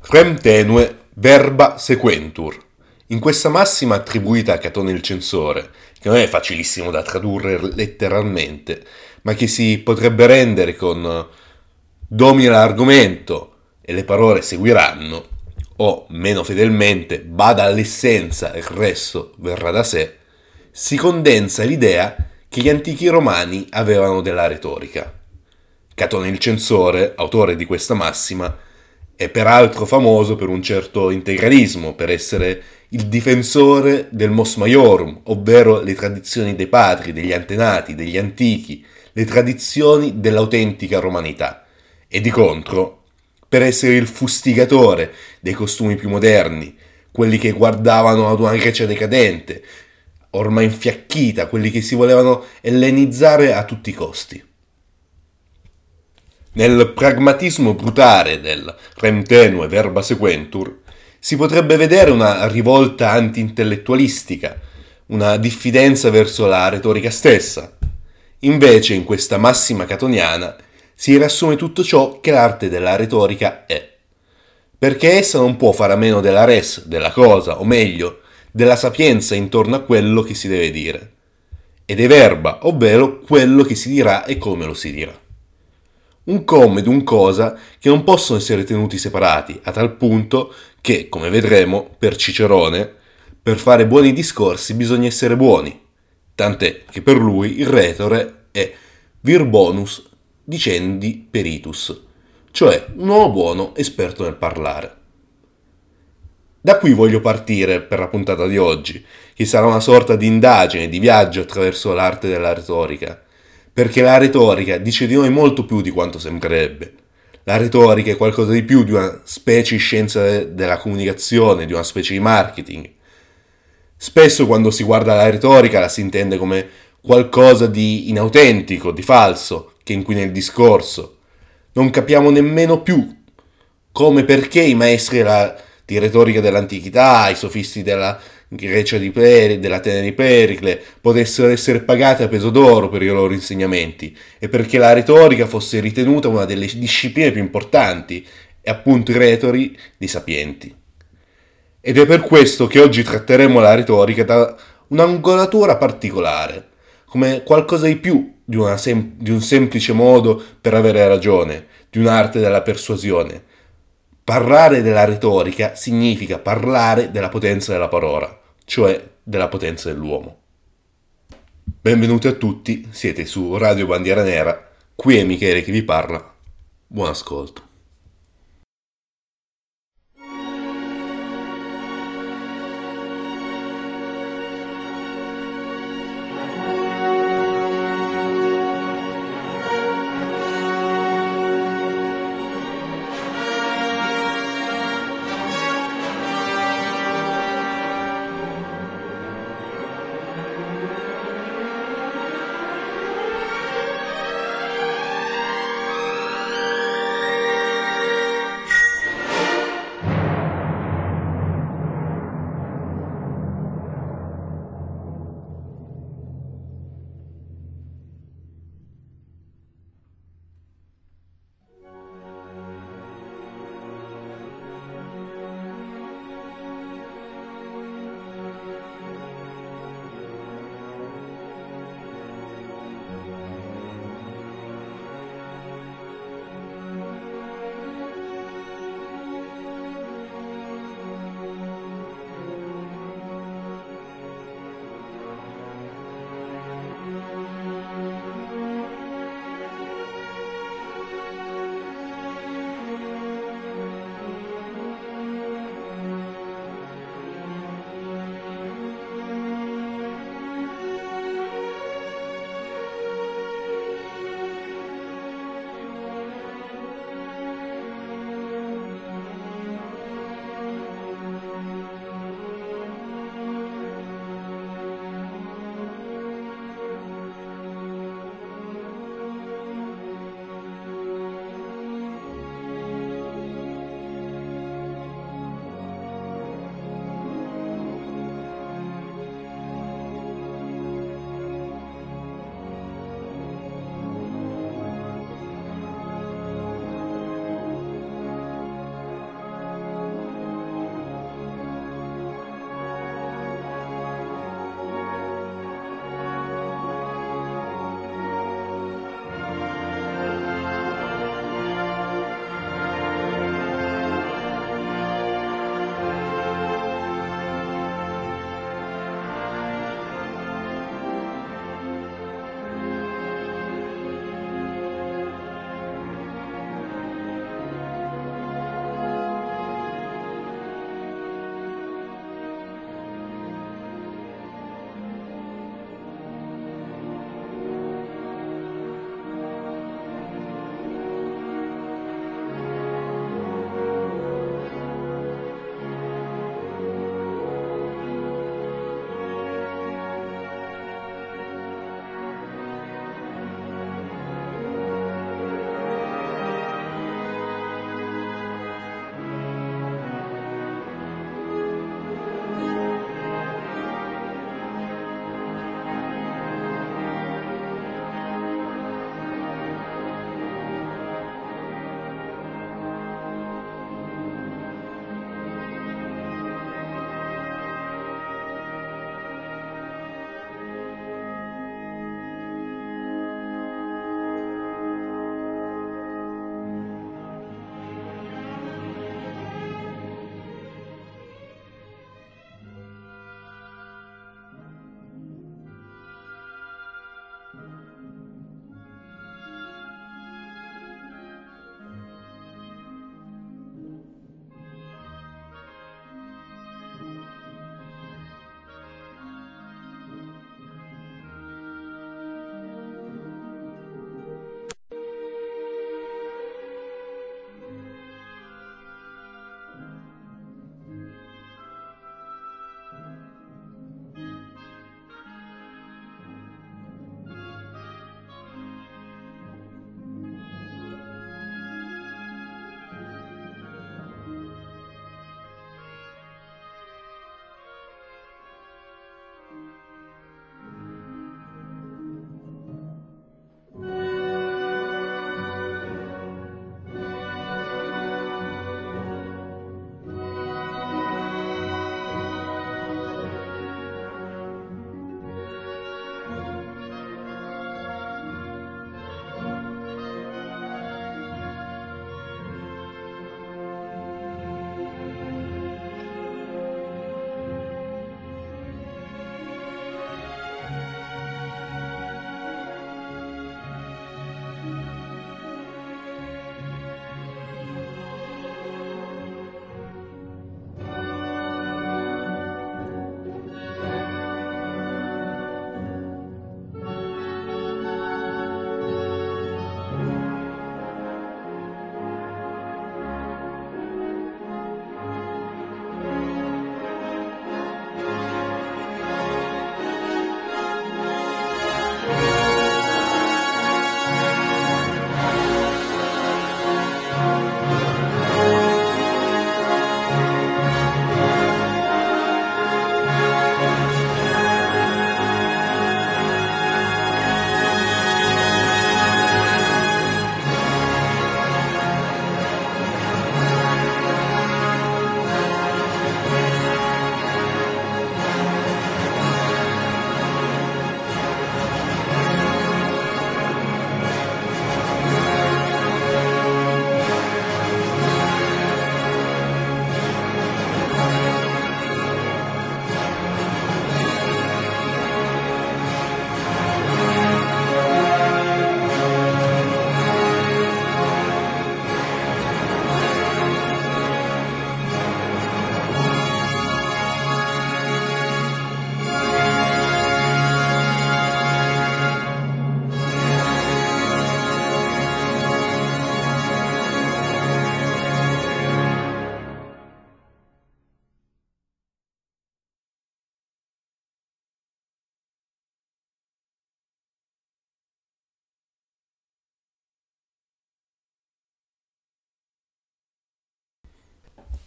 Rem tenue, verba sequentur. In questa massima attribuita a Catone il censore, che non è facilissimo da tradurre letteralmente, ma che si potrebbe rendere con domina l'argomento e le parole seguiranno, o meno fedelmente bada all'essenza e il resto verrà da sé, si condensa l'idea che gli antichi romani avevano della retorica. Catone il censore, autore di questa massima, è peraltro famoso per un certo integralismo, per essere il difensore del mos maiorum, ovvero le tradizioni dei padri, degli antenati, degli antichi, le tradizioni dell'autentica romanità, e di contro per essere il fustigatore dei costumi più moderni, quelli che guardavano ad una Grecia decadente, ormai infiacchita, quelli che si volevano ellenizzare a tutti i costi. Nel pragmatismo brutale del rem tenue verba sequentur si potrebbe vedere una rivolta anti-intellettualistica, una diffidenza verso la retorica stessa. Invece in questa massima catoniana si riassume tutto ciò che l'arte della retorica è, perché essa non può fare a meno della res, della cosa, o meglio, della sapienza intorno a quello che si deve dire, ed è verba, ovvero quello che si dirà e come lo si dirà. Un come ed un cosa che non possono essere tenuti separati, a tal punto che, come vedremo, per Cicerone, per fare buoni discorsi bisogna essere buoni, tant'è che per lui il retore è vir bonus dicendi peritus, cioè un uomo buono esperto nel parlare. Da qui voglio partire per la puntata di oggi, che sarà una sorta di indagine, di viaggio attraverso l'arte della retorica, perché la retorica dice di noi molto più di quanto sembrerebbe. La retorica è qualcosa di più di una specie di scienza della comunicazione, di una specie di marketing. Spesso quando si guarda la retorica la si intende come qualcosa di inautentico, di falso, che inquina il discorso. Non capiamo nemmeno più come perché i maestri di retorica dell'antichità, i sofisti della Grecia dell'Atene di Pericle, potessero essere pagati a peso d'oro per i loro insegnamenti e perché la retorica fosse ritenuta una delle discipline più importanti e appunto i retori dei sapienti. Ed è per questo che oggi tratteremo la retorica da un'angolatura particolare, come qualcosa di più di un semplice modo per avere ragione, di un'arte della persuasione. Parlare della retorica significa parlare della potenza della parola, cioè della potenza dell'uomo. Benvenuti a tutti, siete su Radio Bandiera Nera, qui è Michele che vi parla. Buon ascolto.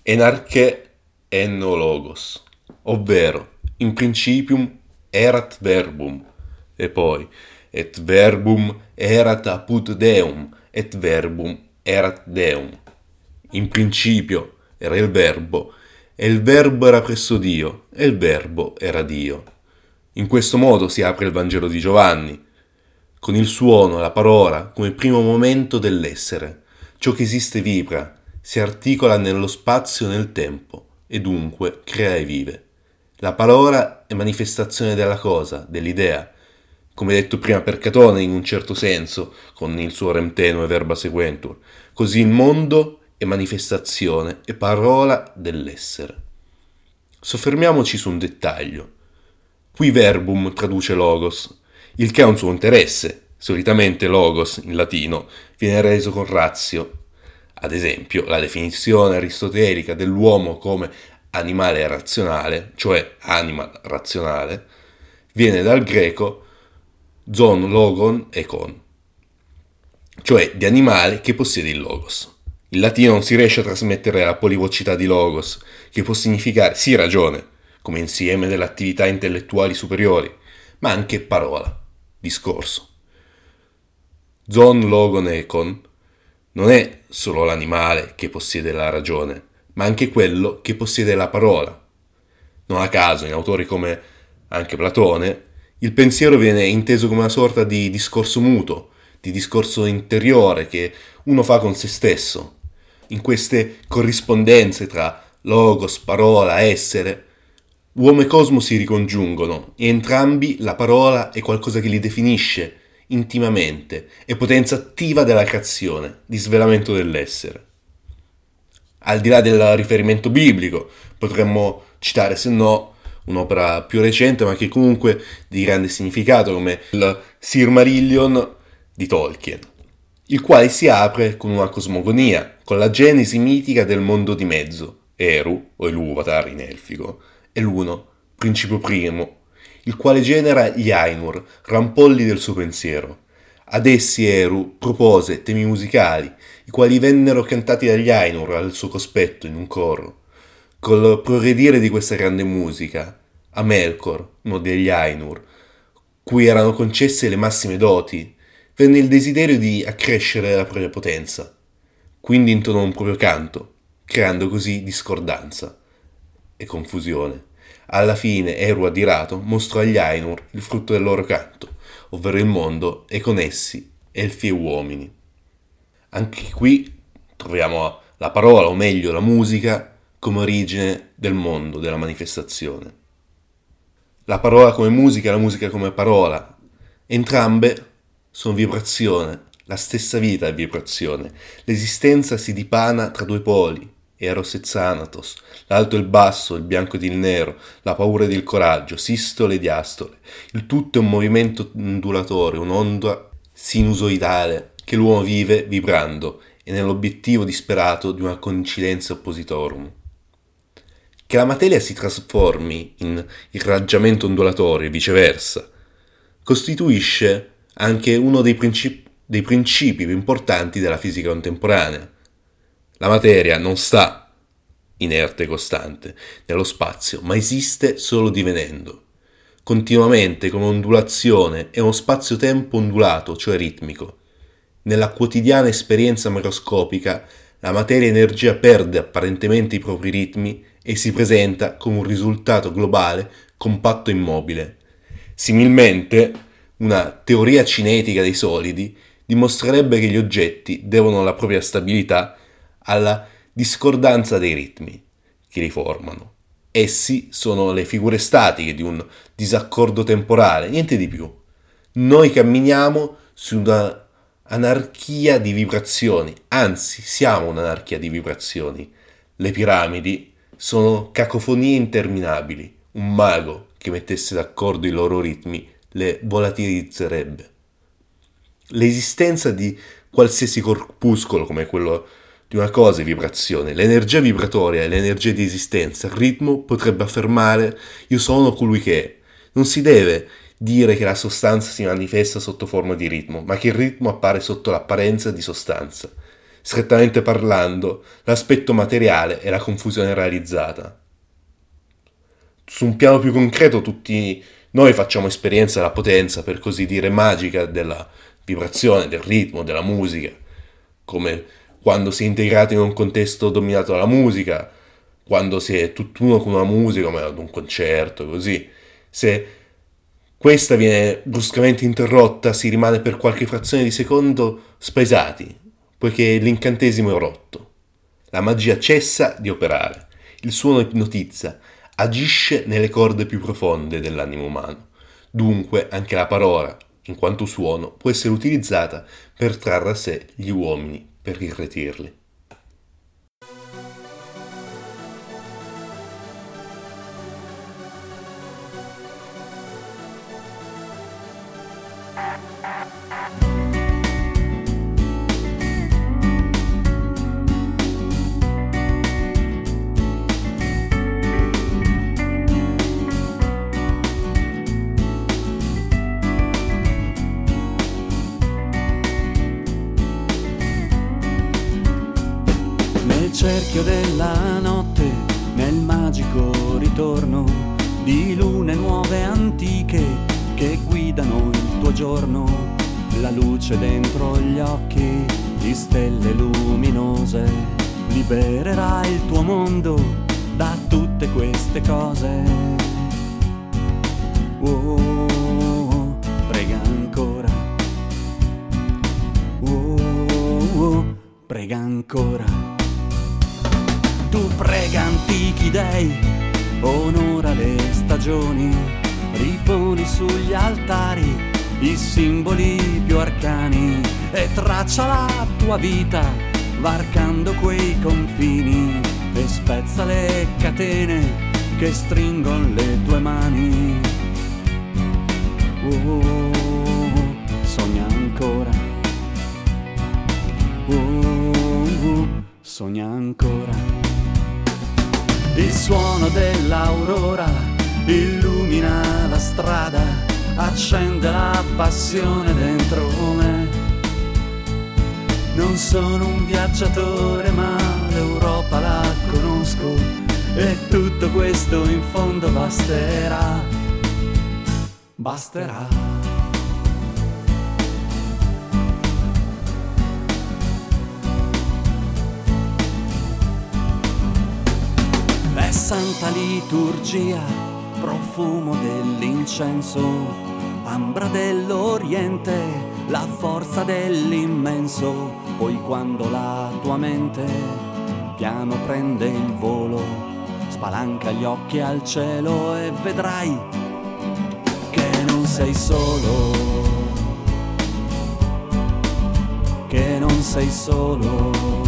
enarche enno logos, ovvero in principium erat verbum, e poi et verbum erat apud Deum, et verbum erat Deum. In principio era il verbo, e il verbo era presso Dio, e il verbo era Dio. In questo modo si apre il Vangelo di Giovanni, con il suono, la parola, come primo momento dell'essere. Ciò che esiste vibra, si articola nello spazio e nel tempo, e dunque crea e vive. La parola è manifestazione della cosa, dell'idea, come detto prima per Catone in un certo senso, con il suo rem tenue verba sequentur. Così il mondo è manifestazione e parola dell'essere. Soffermiamoci su un dettaglio. Qui verbum traduce logos, il che ha un suo interesse. Solitamente logos, in latino, viene reso con ratio. Ad esempio, la definizione aristotelica dell'uomo come animale razionale, cioè anima razionale, viene dal greco zon logon ekon, cioè di animale che possiede il logos. In latino non si riesce a trasmettere la polivocità di logos, che può significare sì ragione, come insieme delle attività intellettuali superiori, ma anche parola, discorso. Zon logon ekon non è solo l'animale che possiede la ragione, ma anche quello che possiede la parola. Non a caso, in autori come anche Platone, il pensiero viene inteso come una sorta di discorso muto, di discorso interiore che uno fa con se stesso. In queste corrispondenze tra logos, parola, essere, uomo e cosmo si ricongiungono e entrambi la parola è qualcosa che li definisce intimamente, è potenza attiva della creazione, di svelamento dell'essere. Al di là del riferimento biblico, potremmo citare, se no, un'opera più recente, ma che comunque di grande significato, come il Silmarillion di Tolkien, il quale si apre con una cosmogonia, con la genesi mitica del mondo di mezzo, Eru, o Ilúvatar in elfico, e l'uno, principio primo, il quale genera gli Ainur, rampolli del suo pensiero. Ad essi Eru propose temi musicali, i quali vennero cantati dagli Ainur al suo cospetto in un coro. Col progredire di questa grande musica, a Melkor, uno degli Ainur, cui erano concesse le massime doti, venne il desiderio di accrescere la propria potenza. Quindi intonò un proprio canto, creando così discordanza e confusione. Alla fine Eru adirato mostrò agli Ainur il frutto del loro canto, ovvero il mondo e con essi elfi e uomini. Anche qui troviamo la parola, o meglio la musica, come origine del mondo, della manifestazione. La parola come musica e la musica come parola, entrambe sono vibrazione, la stessa vita è vibrazione, l'esistenza si dipana tra due poli, Eros e Thanatos, l'alto e il basso, il bianco ed il nero, la paura ed il coraggio, sistole e diastole. Il tutto è un movimento ondulatorio, un'onda sinusoidale che l'uomo vive vibrando e nell'obiettivo disperato di una coincidenza oppositorum. Che la materia si trasformi in irraggiamento ondulatorio e viceversa costituisce anche uno dei principi più importanti della fisica contemporanea. La materia non sta inerte e costante nello spazio, ma esiste solo divenendo, continuamente con ondulazione e uno spazio-tempo ondulato, cioè ritmico. Nella quotidiana esperienza macroscopica, la materia-energia perde apparentemente i propri ritmi e si presenta come un risultato globale compatto e immobile. Similmente, una teoria cinetica dei solidi dimostrerebbe che gli oggetti devono la propria stabilità alla discordanza dei ritmi che li formano. Essi sono le figure statiche di un disaccordo temporale, niente di più. Noi camminiamo su una anarchia di vibrazioni, anzi siamo un'anarchia di vibrazioni. Le piramidi sono cacofonie interminabili. Un mago che mettesse d'accordo i loro ritmi le volatilizzerebbe. L'esistenza di qualsiasi corpuscolo come quello di una cosa è vibrazione. L'energia vibratoria e l'energia di esistenza, il ritmo, potrebbe affermare io sono colui che è. Non si deve dire che la sostanza si manifesta sotto forma di ritmo, ma che il ritmo appare sotto l'apparenza di sostanza. strettamente parlando, l'aspetto materiale e la confusione realizzata. Su un piano più concreto tutti noi facciamo esperienza della potenza, per così dire, magica della vibrazione, del ritmo, della musica, come quando si è integrati in un contesto dominato dalla musica, quando si è tutt'uno con una musica, come ad un concerto, così. Se questa viene bruscamente interrotta, si rimane per qualche frazione di secondo spaesati, poiché l'incantesimo è rotto. La magia cessa di operare, il suono ipnotizza, agisce nelle corde più profonde dell'animo umano. Dunque anche la parola, in quanto suono, può essere utilizzata per trarre a sé gli uomini, per irretirli. Nel cerchio della notte, nel magico ritorno di lune nuove antiche che guidano il tuo giorno, la luce dentro gli occhi di stelle luminose libererà il tuo mondo da tutte queste cose. Oh, prega ancora. Oh, prega ancora. Tu prega antichi dei, onora le stagioni, riponi sugli altari i simboli più arcani e traccia la tua vita varcando quei confini e spezza le catene che stringono le tue mani. Oh, sogna ancora. Oh, sogna ancora. Il suono dell'aurora illumina la strada, accende la passione dentro me. Non sono un viaggiatore ma l'Europa la conosco e tutto questo in fondo basterà, basterà. È santa liturgia, profumo dell'incenso, ambra dell'Oriente, la forza dell'immenso. Poi quando la tua mente piano prende il volo, spalanca gli occhi al cielo e vedrai che non sei solo, che non sei solo.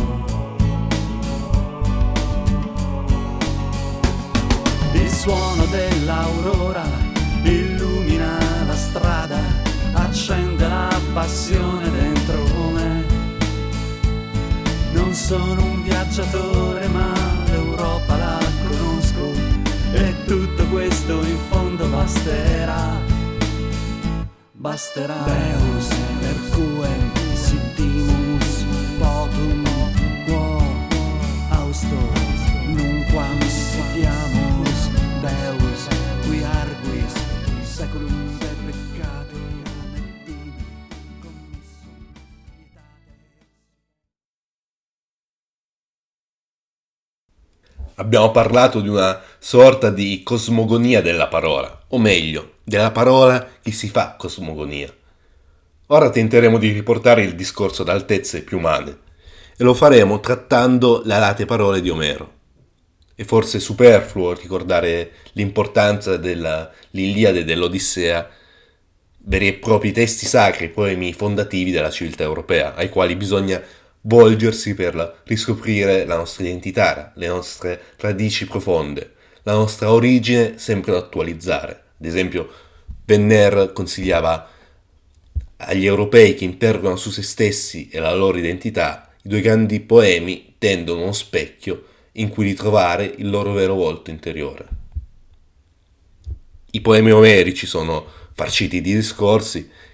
Il suono dell'aurora illumina la strada, accende la passione dentro me. Non sono un viaggiatore ma l'Europa la conosco e tutto questo in fondo basterà, basterà. Deus perquem sittimus potum quo austo nunquam sitiamus Deus qui arguis seculum de peccatum et divi commissum pietate. Abbiamo parlato di una sorta di cosmogonia della parola, o meglio, della parola che si fa cosmogonia. Ora tenteremo di riportare il discorso ad altezze più umane e lo faremo trattando le alate parole di Omero. È forse superfluo ricordare l'importanza dell'Iliade e dell'Odissea, veri e propri testi sacri, poemi fondativi della civiltà europea, ai quali bisogna volgersi per riscoprire la nostra identità, le nostre radici profonde, la nostra origine sempre da attualizzare. Ad esempio, Venner consigliava agli europei che interrogano su se stessi e la loro identità, i due grandi poemi tendono uno specchio in cui ritrovare il loro vero volto interiore. I poemi omerici sono farciti di discorsi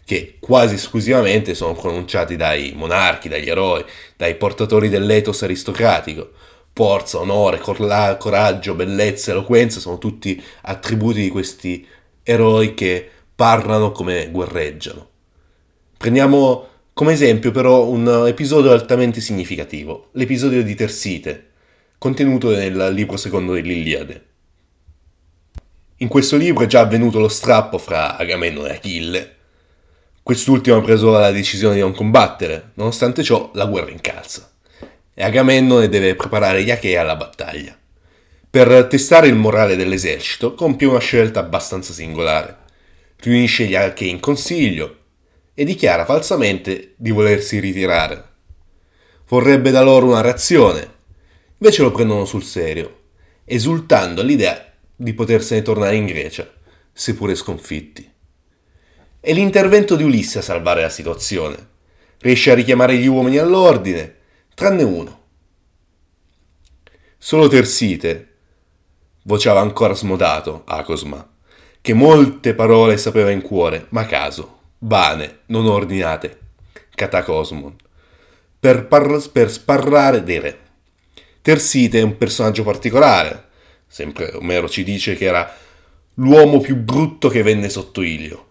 che quasi esclusivamente sono pronunciati dai monarchi, dagli eroi, dai portatori dell'ethos aristocratico. Forza, onore, coraggio, bellezza, eloquenza sono tutti attributi di questi eroi che parlano come guerreggiano. Prendiamo come esempio però un episodio altamente significativo, l'episodio di Tersite, contenuto nel libro secondo dell'Iliade. In questo libro è già avvenuto lo strappo fra Agamennone e Achille. Quest'ultimo ha preso la decisione di non combattere, nonostante ciò la guerra incalza e Agamennone deve preparare gli Achei alla battaglia. Per testare il morale dell'esercito compie una scelta abbastanza singolare. Riunisce gli Achei in consiglio e dichiara falsamente di volersi ritirare. Vorrebbe da loro una reazione, invece lo prendono sul serio, esultando all'idea di potersene tornare in Grecia, seppure sconfitti. È l'intervento di Ulisse a salvare la situazione. Riesce a richiamare gli uomini all'ordine, tranne uno. Solo Tersite vociava ancora smodato Acosma, che molte parole sapeva in cuore, ma a caso, vane, non ordinate, catacosmon, per sparrare dei re. Tersite è un personaggio particolare. Sempre Omero ci dice che era l'uomo più brutto che venne sotto Ilio.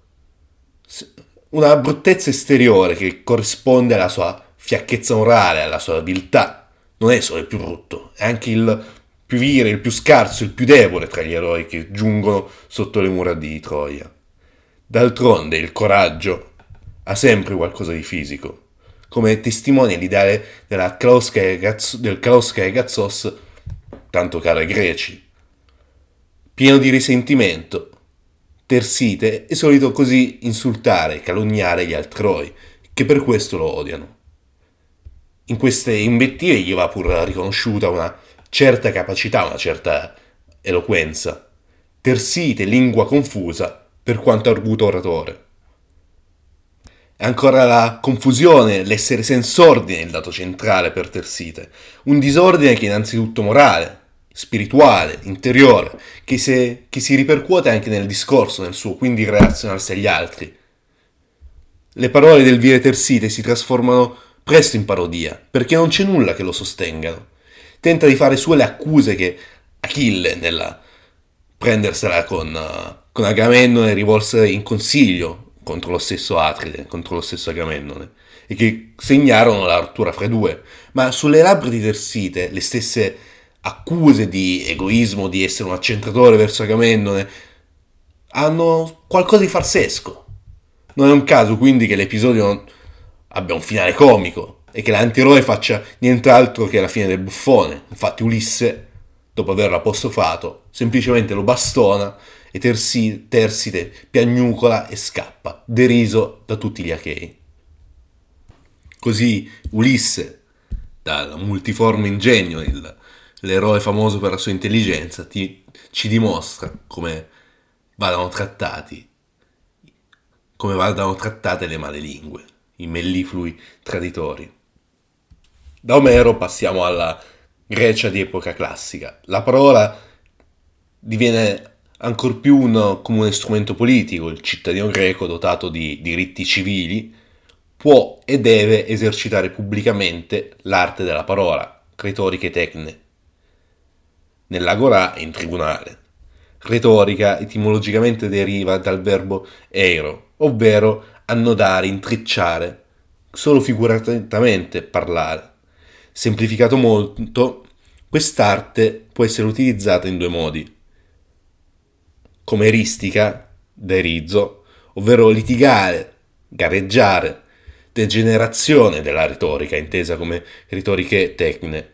Una bruttezza esteriore che corrisponde alla sua fiacchezza morale, alla sua abilità. Non è solo il più brutto, è anche il più vile, il più scarso, il più debole tra gli eroi che giungono sotto le mura di Troia. D'altronde il coraggio ha sempre qualcosa di fisico, come testimonia l'ideale del Klaus e Gazzos, tanto caro ai greci. Pieno di risentimento, Tersite è solito così insultare e calunniare gli altri eroi, che per questo lo odiano. In queste invettive gli va pur riconosciuta una certa capacità, una certa eloquenza. Tersite, lingua confusa, per quanto arguto oratore. È ancora la confusione, l'essere senza ordine il dato centrale per Tersite. Un disordine che è innanzitutto morale, spirituale, interiore, che si ripercuote anche nel discorso, nel suo quindi relazionarsi agli altri. Le parole del vile Tersite si trasformano presto in parodia, perché non c'è nulla che lo sostengano. Tenta di fare sue le accuse che Achille, nella prendersela con Agamennone, rivolse in consiglio contro lo stesso Atride, contro lo stesso Agamennone, e che segnarono la rottura fra i due. Ma sulle labbra di Tersite le stesse accuse di egoismo, di essere un accentratore verso Agamennone, hanno qualcosa di farsesco. Non è un caso quindi che l'episodio abbia un finale comico e che l'antieroe faccia nient'altro che la fine del buffone. Infatti Ulisse, dopo averlo apostrofato, semplicemente lo bastona e Tersite piagnucola e scappa, deriso da tutti gli Achei. Così Ulisse, dal multiforme ingegno, l'eroe famoso per la sua intelligenza, ci dimostra come vadano trattate le male lingue, i melliflui traditori. Da Omero passiamo alla Grecia di epoca classica. La parola diviene ancor più un comune strumento politico. Il cittadino greco, dotato di diritti civili, può e deve esercitare pubblicamente l'arte della parola, retorica e tecne, nell'agorà e in tribunale. Retorica etimologicamente deriva dal verbo eiro, ovvero annodare, intrecciare, solo figuratamente parlare. Semplificato molto, quest'arte può essere utilizzata in due modi: come eristica, derizo, ovvero litigare, gareggiare, degenerazione della retorica, intesa come retoriche tecne,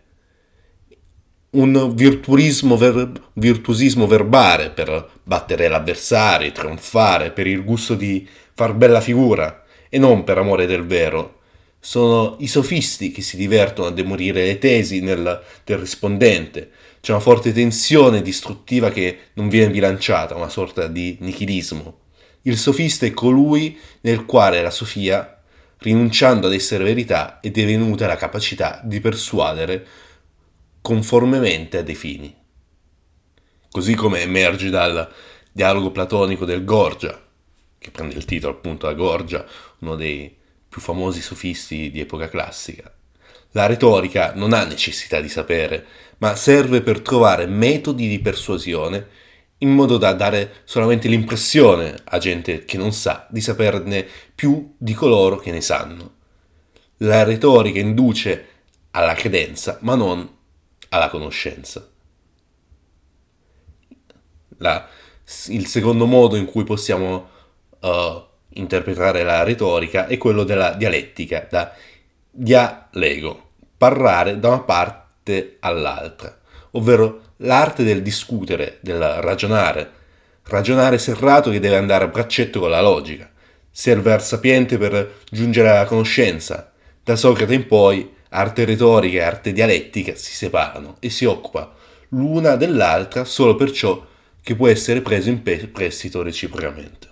un virtuosismo verbale per battere l'avversario, trionfare, per il gusto di far bella figura e non per amore del vero. Sono i sofisti che si divertono a demolire le tesi del rispondente. C'è una forte tensione distruttiva che non viene bilanciata, una sorta di nichilismo. Il sofista è colui nel quale la sofia, rinunciando ad essere verità, è divenuta la capacità di persuadere conformemente a dei fini. Così come emerge dal dialogo platonico del Gorgia. che prende il titolo appunto da Gorgia, uno dei più famosi sofisti di epoca classica. La retorica non ha necessità di sapere, ma serve per trovare metodi di persuasione in modo da dare solamente l'impressione a gente che non sa di saperne più di coloro che ne sanno. La retorica induce alla credenza, ma non alla conoscenza. Il secondo modo in cui possiamo interpretare la retorica è quello della dialettica, da dialego, parlare da una parte all'altra, ovvero l'arte del discutere, del ragionare serrato che deve andare a braccetto con la logica. Serve al sapiente per giungere alla conoscenza. Da Socrate in poi, arte retorica e arte dialettica si separano e si occupa l'una dell'altra solo per ciò che può essere preso in prestito reciprocamente.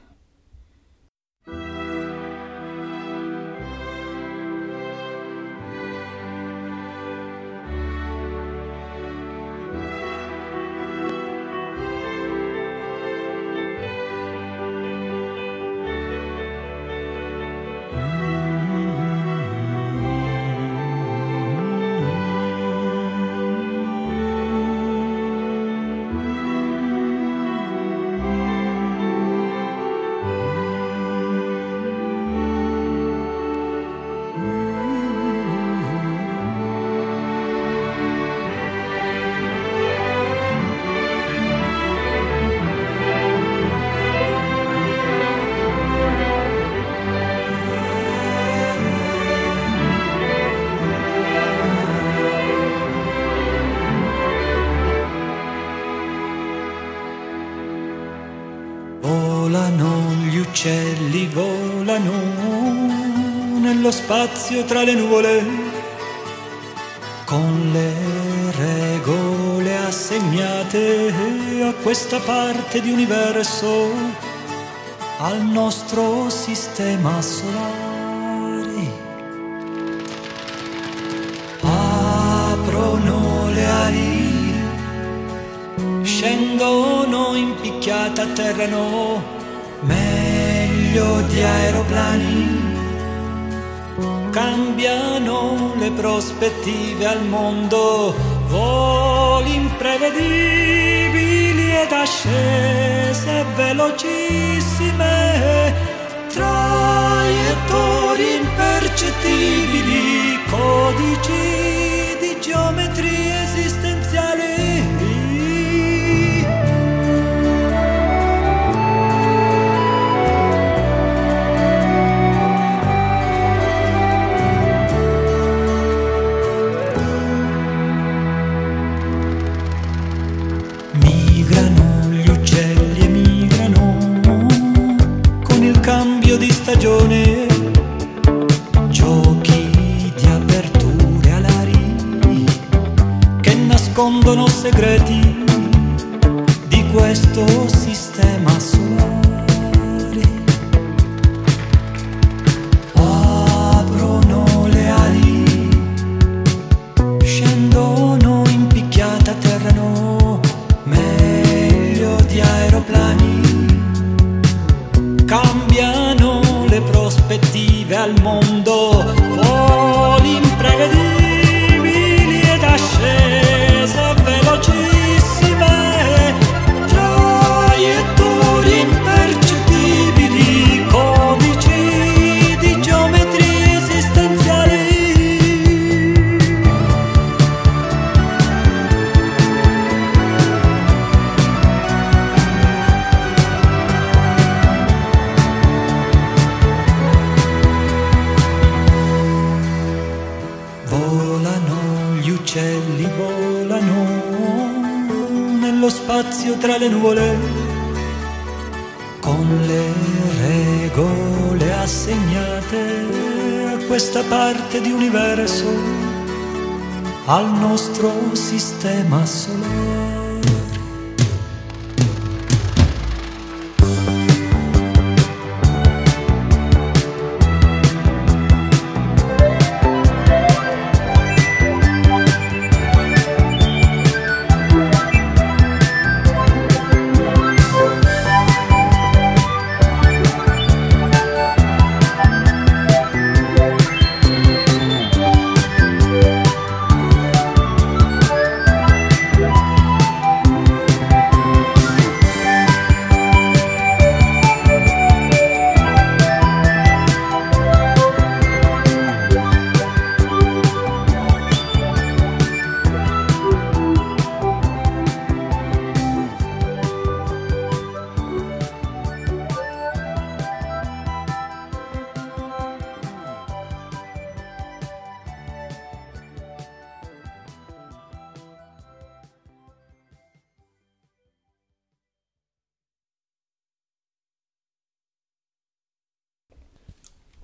Volano gli uccelli, volano nello spazio tra le nuvole, con le regole assegnate a questa parte di universo, al nostro sistema solare. Aprono le ali, scendono in picchiata, atterrano meglio di aeroplani, cambiano le prospettive al mondo, voli imprevedibili ed ascese velocissime, traiettorie impercettibili, codici di geometrie esistenziali. Di stagione, giochi di aperture alari che nascondono segreti di questo sistema solare. Aprono le ali, scendono in picchiata, atterrano meglio di aeroplani, cambiano le prospettive al mondo, voli imprevedibili ed ascese velocissime, traiettorie impercettibili, codici di geometrie esistenziali. Uccelli volano nello spazio tra le nuvole, con le regole assegnate a questa parte di universo, al nostro sistema solare.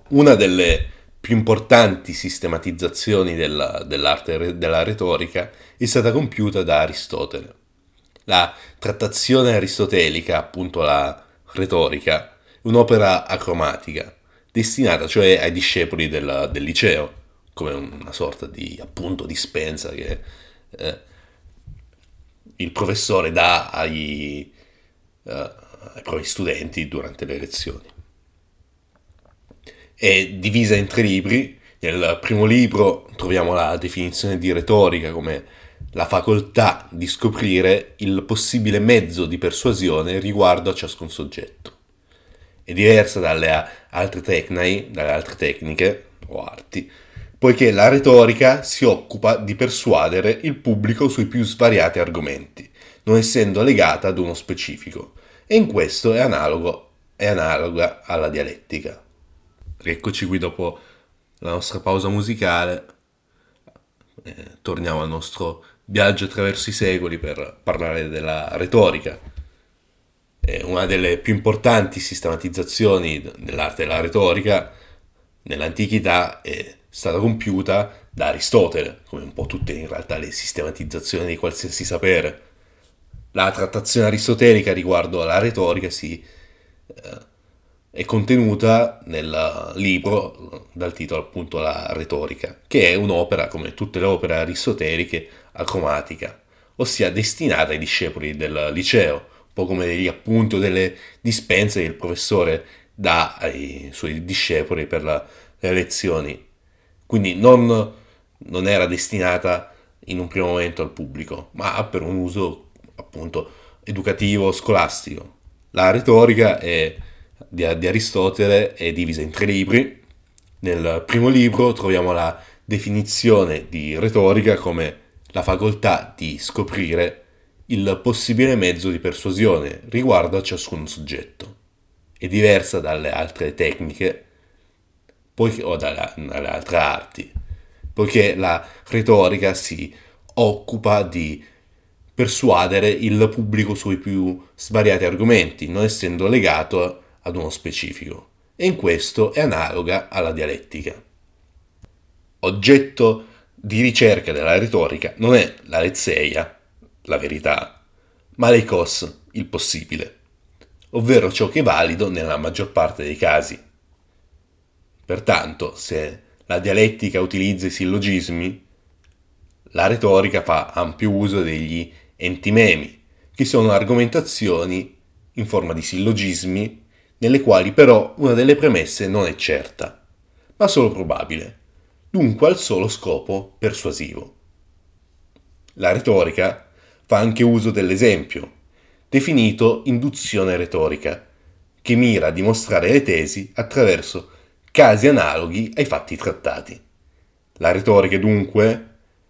Una delle più importanti sistematizzazioni dell'arte della retorica è stata compiuta da Aristotele. La trattazione aristotelica, appunto la retorica, è un'opera acromatica, destinata cioè ai discepoli del liceo, come una sorta di appunto dispensa che il professore dà ai propri studenti durante le lezioni. È divisa in 3 libri. Nel primo libro troviamo la definizione di retorica come la facoltà di scoprire il possibile mezzo di persuasione riguardo a ciascun soggetto. È diversa dalle altre tecniche o arti, poiché la retorica si occupa di persuadere il pubblico sui più svariati argomenti, non essendo legata ad uno specifico, e in questo è analoga alla dialettica. Eccoci qui dopo la nostra pausa musicale, torniamo al nostro viaggio attraverso i secoli per parlare della retorica. Una delle più importanti sistematizzazioni dell'arte della retorica nell'antichità è stata compiuta da Aristotele, come un po' tutte in realtà le sistematizzazioni di qualsiasi sapere. La trattazione aristotelica riguardo alla retorica è contenuta nel libro dal titolo appunto La retorica, che è un'opera, come tutte le opere aristoteliche, acromatica, ossia destinata ai discepoli del liceo, un po' come degli appunti o delle dispense che il professore dà ai suoi discepoli per le lezioni. Quindi non era destinata in un primo momento al pubblico, ma per un uso appunto educativo, scolastico. La retorica di Aristotele è divisa in 3 libri. Nel primo libro troviamo la definizione di retorica come la facoltà di scoprire il possibile mezzo di persuasione riguardo a ciascun soggetto. È diversa dalle altre tecniche o dalle altre arti, poiché la retorica si occupa di persuadere il pubblico sui più svariati argomenti, non essendo legato ad uno specifico, e in questo è analoga alla dialettica. Oggetto di ricerca della retorica non è la letseia, la verità, ma l'eikos, il possibile, ovvero ciò che è valido nella maggior parte dei casi. Pertanto, se la dialettica utilizza i sillogismi, la retorica fa ampio uso degli entimemi, che sono argomentazioni in forma di sillogismi nelle quali però una delle premesse non è certa, ma solo probabile, dunque al solo scopo persuasivo. La retorica fa anche uso dell'esempio, definito induzione retorica, che mira a dimostrare le tesi attraverso casi analoghi ai fatti trattati. La retorica è dunque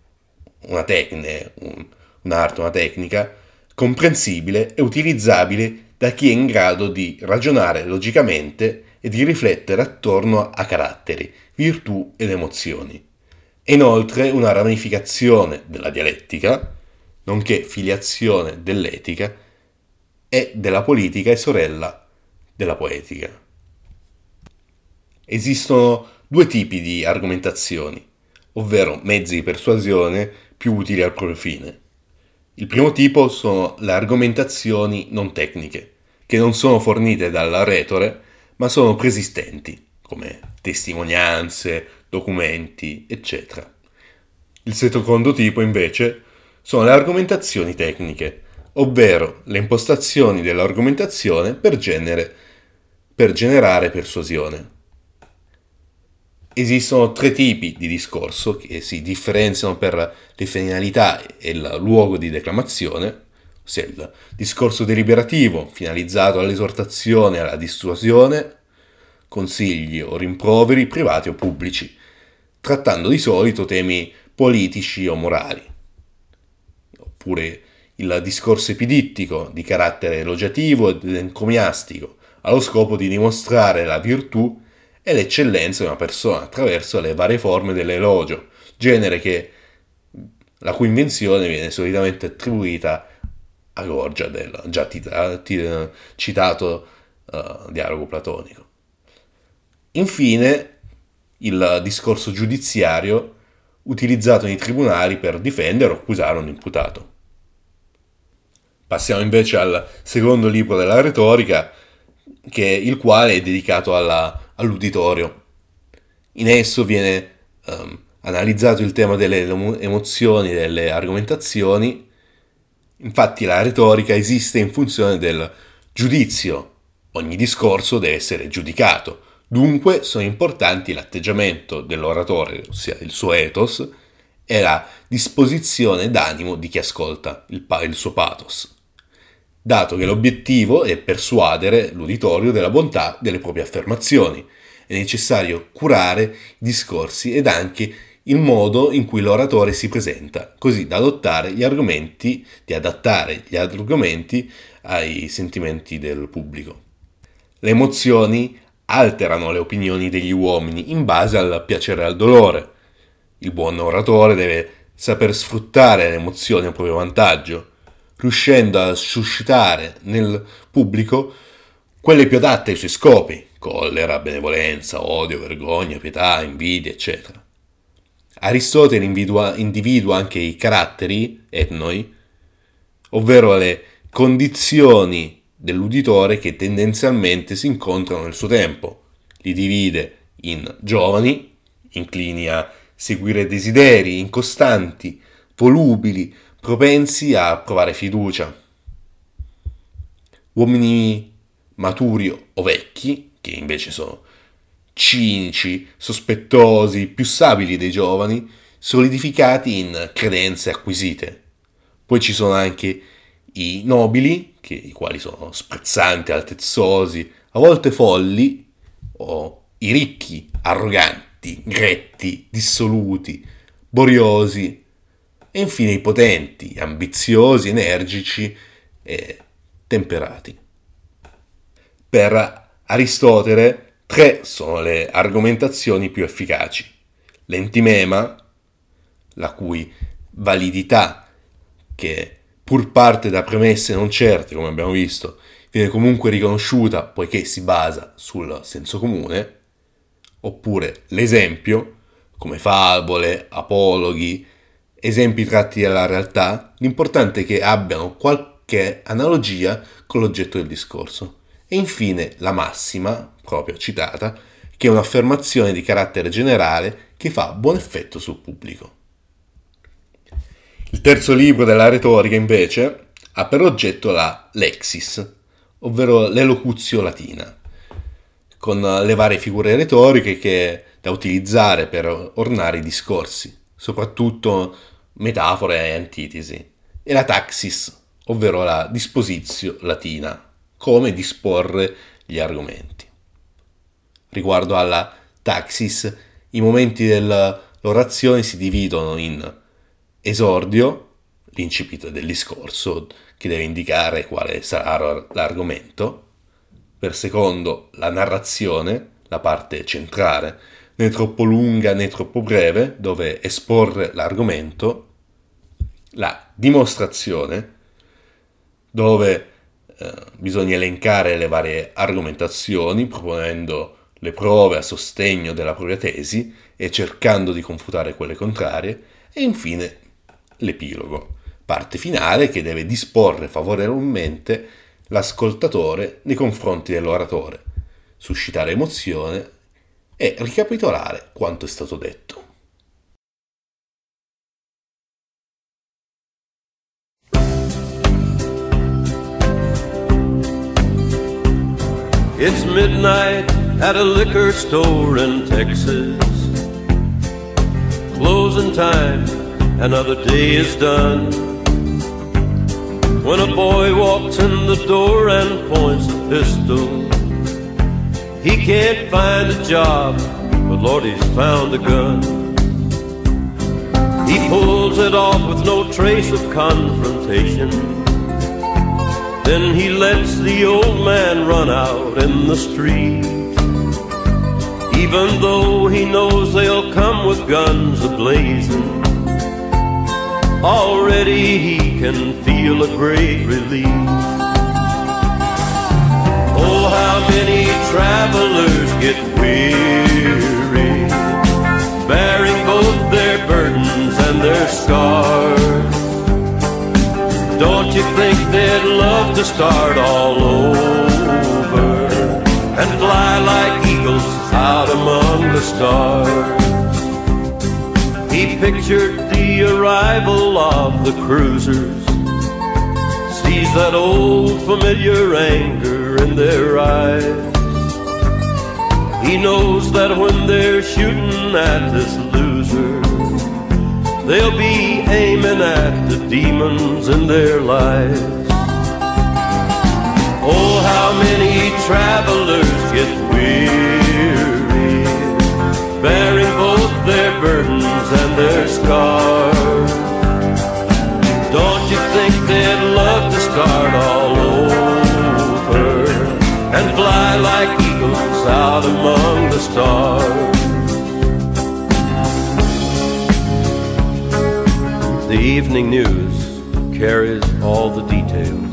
un'arte, una tecnica comprensibile e utilizzabile da chi è in grado di ragionare logicamente e di riflettere attorno a caratteri, virtù ed emozioni. È inoltre una ramificazione della dialettica, nonché filiazione dell'etica e della politica e sorella della poetica. Esistono 2 tipi di argomentazioni, ovvero mezzi di persuasione più utili al proprio fine. Il primo tipo sono le argomentazioni non tecniche, che non sono fornite dalla retore, ma sono preesistenti, come testimonianze, documenti, eccetera. Il secondo tipo, invece, sono le argomentazioni tecniche, ovvero le impostazioni dell'argomentazione per generare persuasione. Esistono 3 tipi di discorso che si differenziano per le finalità e il luogo di declamazione, ossia il discorso deliberativo finalizzato all'esortazione e alla dissuasione, consigli o rimproveri privati o pubblici, trattando di solito temi politici o morali. Oppure il discorso epidittico di carattere elogiativo ed encomiastico, allo scopo di dimostrare la virtù e l'eccellenza di una persona attraverso le varie forme dell'elogio, genere la cui invenzione viene solitamente attribuita a Gorgia, del già citato dialogo platonico. Infine, il discorso giudiziario utilizzato nei tribunali per difendere o accusare un imputato. Passiamo invece al secondo libro della retorica, il quale è dedicato all'uditorio. In esso viene analizzato il tema delle emozioni, delle argomentazioni. Infatti la retorica esiste in funzione del giudizio. Ogni discorso deve essere giudicato. Dunque sono importanti l'atteggiamento dell'oratore, ossia il suo ethos, e la disposizione d'animo di chi ascolta, il suo pathos, dato che l'obiettivo è persuadere l'uditorio della bontà delle proprie affermazioni. È necessario curare i discorsi ed anche il modo in cui l'oratore si presenta, così da adattare gli argomenti ai sentimenti del pubblico. Le emozioni alterano le opinioni degli uomini in base al piacere e al dolore. Il buon oratore deve saper sfruttare le emozioni a proprio vantaggio, riuscendo a suscitare nel pubblico quelle più adatte ai suoi scopi: collera, benevolenza, odio, vergogna, pietà, invidia, eccetera. Aristotele individua anche i caratteri, etnoi, ovvero le condizioni dell'uditore che tendenzialmente si incontrano nel suo tempo. Li divide in giovani, inclini a seguire desideri, incostanti, volubili, propensi a provare fiducia. Uomini maturi o vecchi, che invece sono cinici, sospettosi, più sabili dei giovani, solidificati in credenze acquisite. Poi ci sono anche i nobili, i quali sono sprezzanti, altezzosi, a volte folli, o i ricchi, arroganti, gretti, dissoluti, boriosi, e infine i potenti, ambiziosi, energici e temperati. Per Aristotele 3 sono le argomentazioni più efficaci: l'entimema, la cui validità, che pur parte da premesse non certe, come abbiamo visto, viene comunque riconosciuta poiché si basa sul senso comune, oppure l'esempio, come favole, apologhi, esempi tratti dalla realtà, l'importante è che abbiano qualche analogia con l'oggetto del discorso. E infine la massima, proprio citata, che è un'affermazione di carattere generale che fa buon effetto sul pubblico. Il terzo libro della retorica, invece, ha per oggetto la lexis, ovvero l'elocuzio latina, con le varie figure retoriche da utilizzare per ornare i discorsi, soprattutto metafore e antitesi, e la taxis, ovvero la dispositio latina, come disporre gli argomenti. Riguardo alla taxis, i momenti dell'orazione si dividono in esordio, l'incipit del discorso che deve indicare quale sarà l'argomento; per secondo la narrazione, la parte centrale, né troppo lunga né troppo breve, dove esporre l'argomento; la dimostrazione, dove bisogna elencare le varie argomentazioni, proponendo le prove a sostegno della propria tesi e cercando di confutare quelle contrarie; e infine l'epilogo, parte finale che deve disporre favorevolmente l'ascoltatore nei confronti dell'oratore, suscitare emozione e ricapitolare quanto è stato detto. It's midnight at a liquor store in Texas. Closing time, another day is done. When a boy walks in the door and points a pistol, he can't find a job, but Lord, he's found a gun. He pulls it off with no trace of confrontation. Then he lets the old man run out in the street, even though he knows they'll come with guns a-blazing. Already he can feel a great relief. Oh, how many travelers get weary, bearing both their burdens and their scars. Don't you think they'd love to start all over and fly like eagles out among the stars? He pictured the arrival of the cruisers, sees that old familiar anger in their eyes. He knows that when they're shooting at this loser, they'll be aiming at the demons in their lives. Oh, how many travelers get weary, bearing both their burdens and their scars. Don't you think they'd love to start all over and fly like eagles out among the stars? The evening news carries all the details.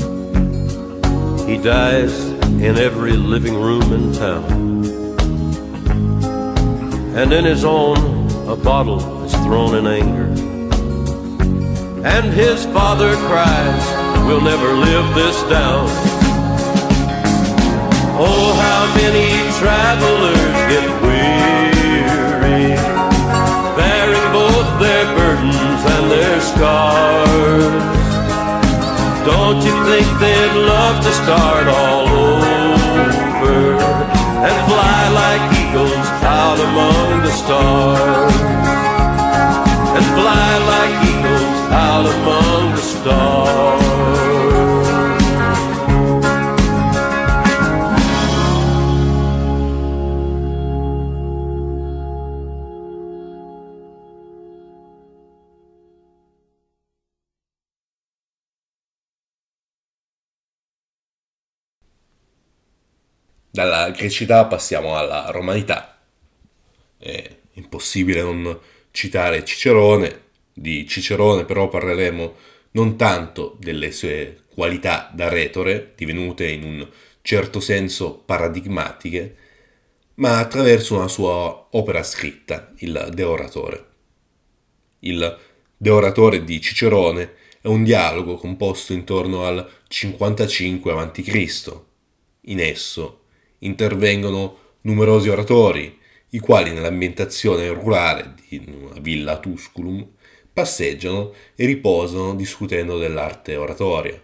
He dies in every living room in town, and in his own a bottle is thrown in anger. And his father cries, we'll never live this down. Oh, how many travelers get weary, bearing both their burdens and their scars. Don't you think they'd love to start all over and fly like eagles out among the stars? And fly like eagles out among the stars. Dalla grecità passiamo alla romanità. È impossibile non citare Cicerone. Di Cicerone però parleremo non tanto delle sue qualità da retore, divenute in un certo senso paradigmatiche, ma attraverso una sua opera scritta, il De Oratore. Il De Oratore di Cicerone è un dialogo composto intorno al 55 a.C. In esso intervengono numerosi oratori, i quali nell'ambientazione rurale di una villa Tusculum passeggiano e riposano discutendo dell'arte oratoria.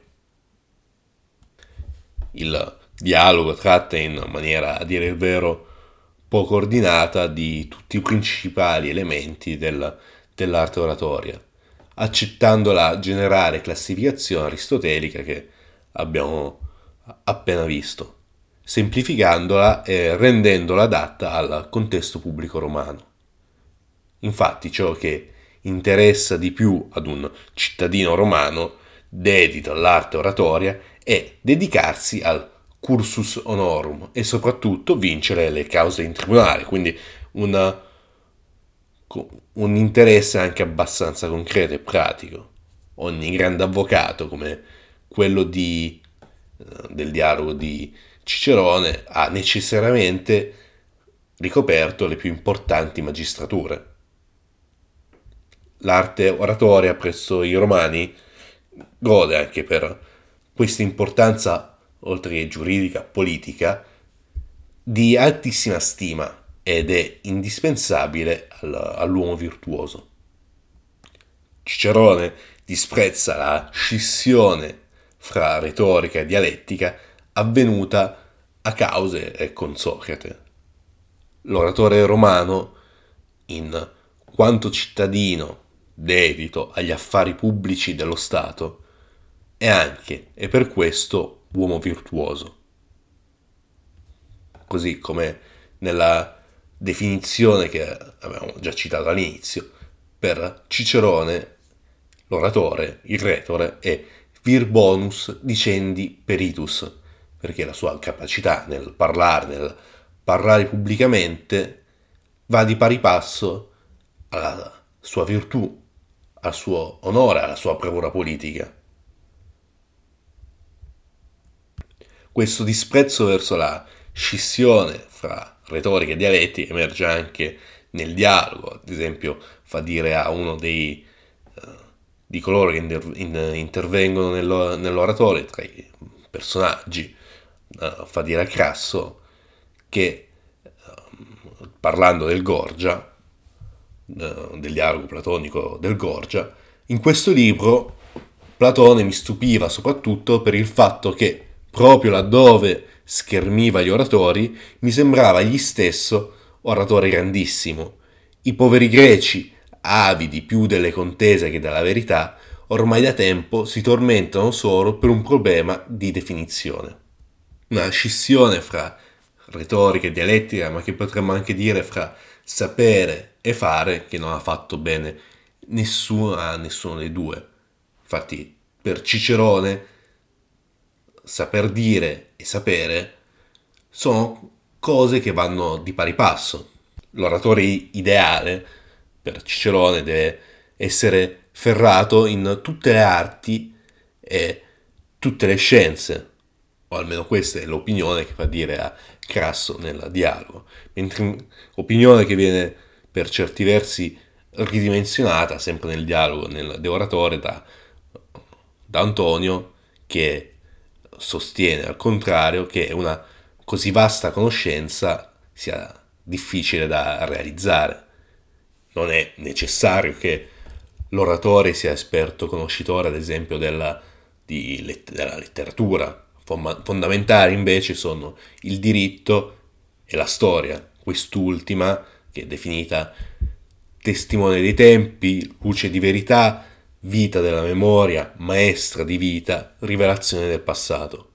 Il dialogo tratta in maniera, a dire il vero, poco ordinata di tutti i principali elementi dell'arte oratoria, accettando la generale classificazione aristotelica che abbiamo appena visto, semplificandola e rendendola adatta al contesto pubblico romano. Infatti ciò che interessa di più ad un cittadino romano dedito all'arte oratoria è dedicarsi al cursus honorum e soprattutto vincere le cause in tribunale, quindi un interesse anche abbastanza concreto e pratico. Ogni grande avvocato, come quello del dialogo di Cicerone, ha necessariamente ricoperto le più importanti magistrature. L'arte oratoria presso i romani gode anche per questa importanza, oltre che giuridica, politica, di altissima stima ed è indispensabile all'uomo virtuoso. Cicerone disprezza la scissione fra retorica e dialettica avvenuta a cause e con Socrate. L'oratore romano, in quanto cittadino dedito agli affari pubblici dello Stato, è anche e per questo uomo virtuoso. Così come nella definizione che avevamo già citato all'inizio, per Cicerone l'oratore, il retore, è vir bonus dicendi peritus, perché la sua capacità nel parlare pubblicamente va di pari passo alla sua virtù, al suo onore, alla sua bravura politica. Questo disprezzo verso la scissione fra retorica e dialettica emerge anche nel dialogo. Ad esempio, fa dire a uno di coloro che intervengono nell'oratorio, tra i personaggi, fa dire a Crasso che, parlando del Gorgia, del dialogo platonico del Gorgia, in questo libro Platone mi stupiva soprattutto per il fatto che, proprio laddove schermiva gli oratori, mi sembrava egli stesso oratore grandissimo. I poveri greci, avidi più delle contese che della verità, ormai da tempo si tormentano solo per un problema di definizione. Una scissione fra retorica e dialettica, ma che potremmo anche dire fra sapere e fare, che non ha fatto bene nessuno dei due. Infatti, per Cicerone, saper dire e sapere sono cose che vanno di pari passo. L'oratore ideale, per Cicerone, deve essere ferrato in tutte le arti e tutte le scienze, o almeno questa è l'opinione che fa dire a Crasso nel dialogo, mentre opinione che viene per certi versi ridimensionata sempre nel dialogo, nel De Oratore, da Antonio, che sostiene al contrario che una così vasta conoscenza sia difficile da realizzare. Non è necessario che l'oratore sia esperto conoscitore, ad esempio, della letteratura. Fondamentali invece sono il diritto e la storia, quest'ultima che è definita testimone dei tempi, luce di verità, vita della memoria, maestra di vita, rivelazione del passato.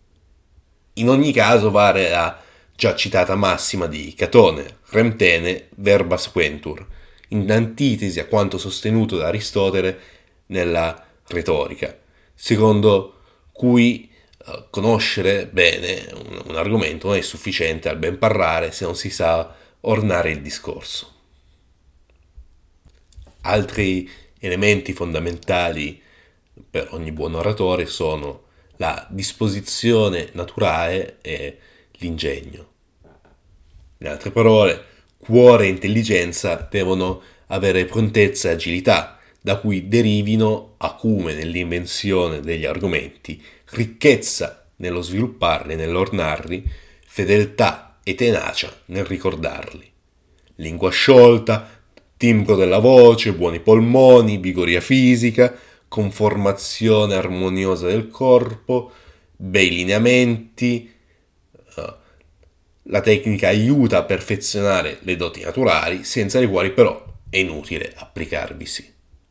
In ogni caso vale la già citata massima di Catone, rem tene verba sequentur, in antitesi a quanto sostenuto da Aristotele nella retorica, secondo cui conoscere bene un argomento non è sufficiente al ben parlare se non si sa ornare il discorso. Altri elementi fondamentali per ogni buon oratore sono la disposizione naturale e l'ingegno. In altre parole, cuore e intelligenza devono avere prontezza e agilità, da cui derivino acume nell'invenzione degli argomenti, ricchezza nello svilupparli e nell'ornarli, fedeltà e tenacia nel ricordarli. Lingua sciolta, timbro della voce, buoni polmoni, vigoria fisica, conformazione armoniosa del corpo, bei lineamenti. La tecnica aiuta a perfezionare le doti naturali, senza le quali però è inutile applicarvisi.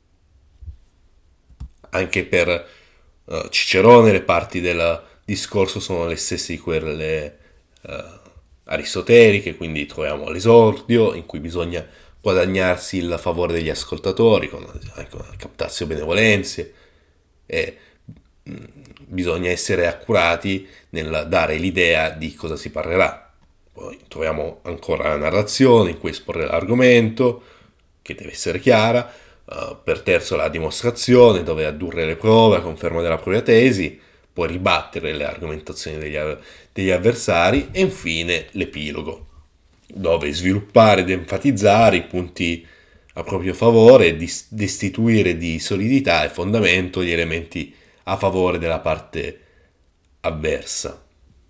Anche per Cicerone le parti del discorso sono le stesse di quelle aristoteliche, quindi troviamo l'esordio in cui bisogna guadagnarsi il favore degli ascoltatori con anche una captatio benevolenze e bisogna essere accurati nel dare l'idea di cosa si parlerà. Poi troviamo ancora la narrazione in cui esporre l'argomento, che deve essere chiara, per terzo la dimostrazione, dove addurre le prove a conferma della propria tesi, poi ribattere le argomentazioni degli avversari e infine l'epilogo, dove sviluppare ed enfatizzare i punti a proprio favore e destituire di solidità e fondamento gli elementi a favore della parte avversa.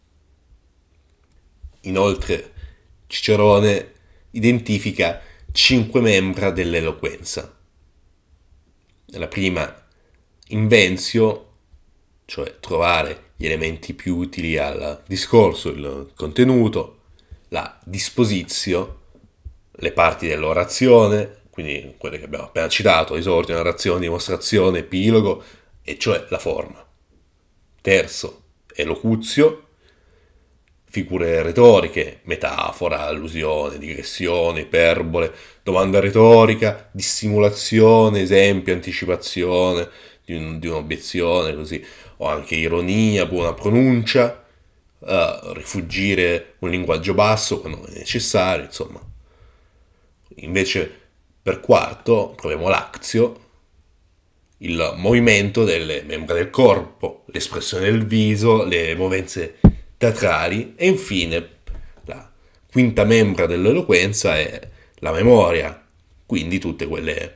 Inoltre Cicerone identifica 5 membra dell'eloquenza. La prima, inventio, cioè trovare gli elementi più utili al discorso, il contenuto; la disposizio, le parti dell'orazione, quindi quelle che abbiamo appena citato, esordio, narrazione, dimostrazione, epilogo, e cioè la forma. Terzo, elocuzio, figure retoriche, metafora, allusione, digressione, iperbole, domanda retorica, dissimulazione, esempio, anticipazione di un'obiezione, così, o anche ironia, buona pronuncia, rifuggire un linguaggio basso quando è necessario, insomma. Invece per quarto troviamo l'actio, il movimento delle membra del corpo, l'espressione del viso, le movenze teatrali e infine la quinta membra dell'eloquenza è la memoria, quindi tutte quelle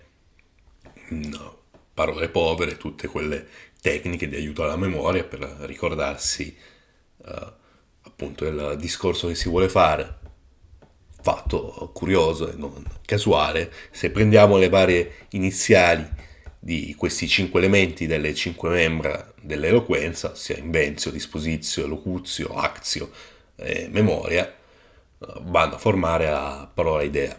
parole povere, tutte quelle tecniche di aiuto alla memoria per ricordarsi appunto il discorso che si vuole fare. Fatto curioso e non casuale, se prendiamo le varie iniziali di questi 5 elementi delle 5 membra dell'eloquenza, ossia inventio, disposizio, elocuzio, actio e memoria, vanno a formare la parola idea.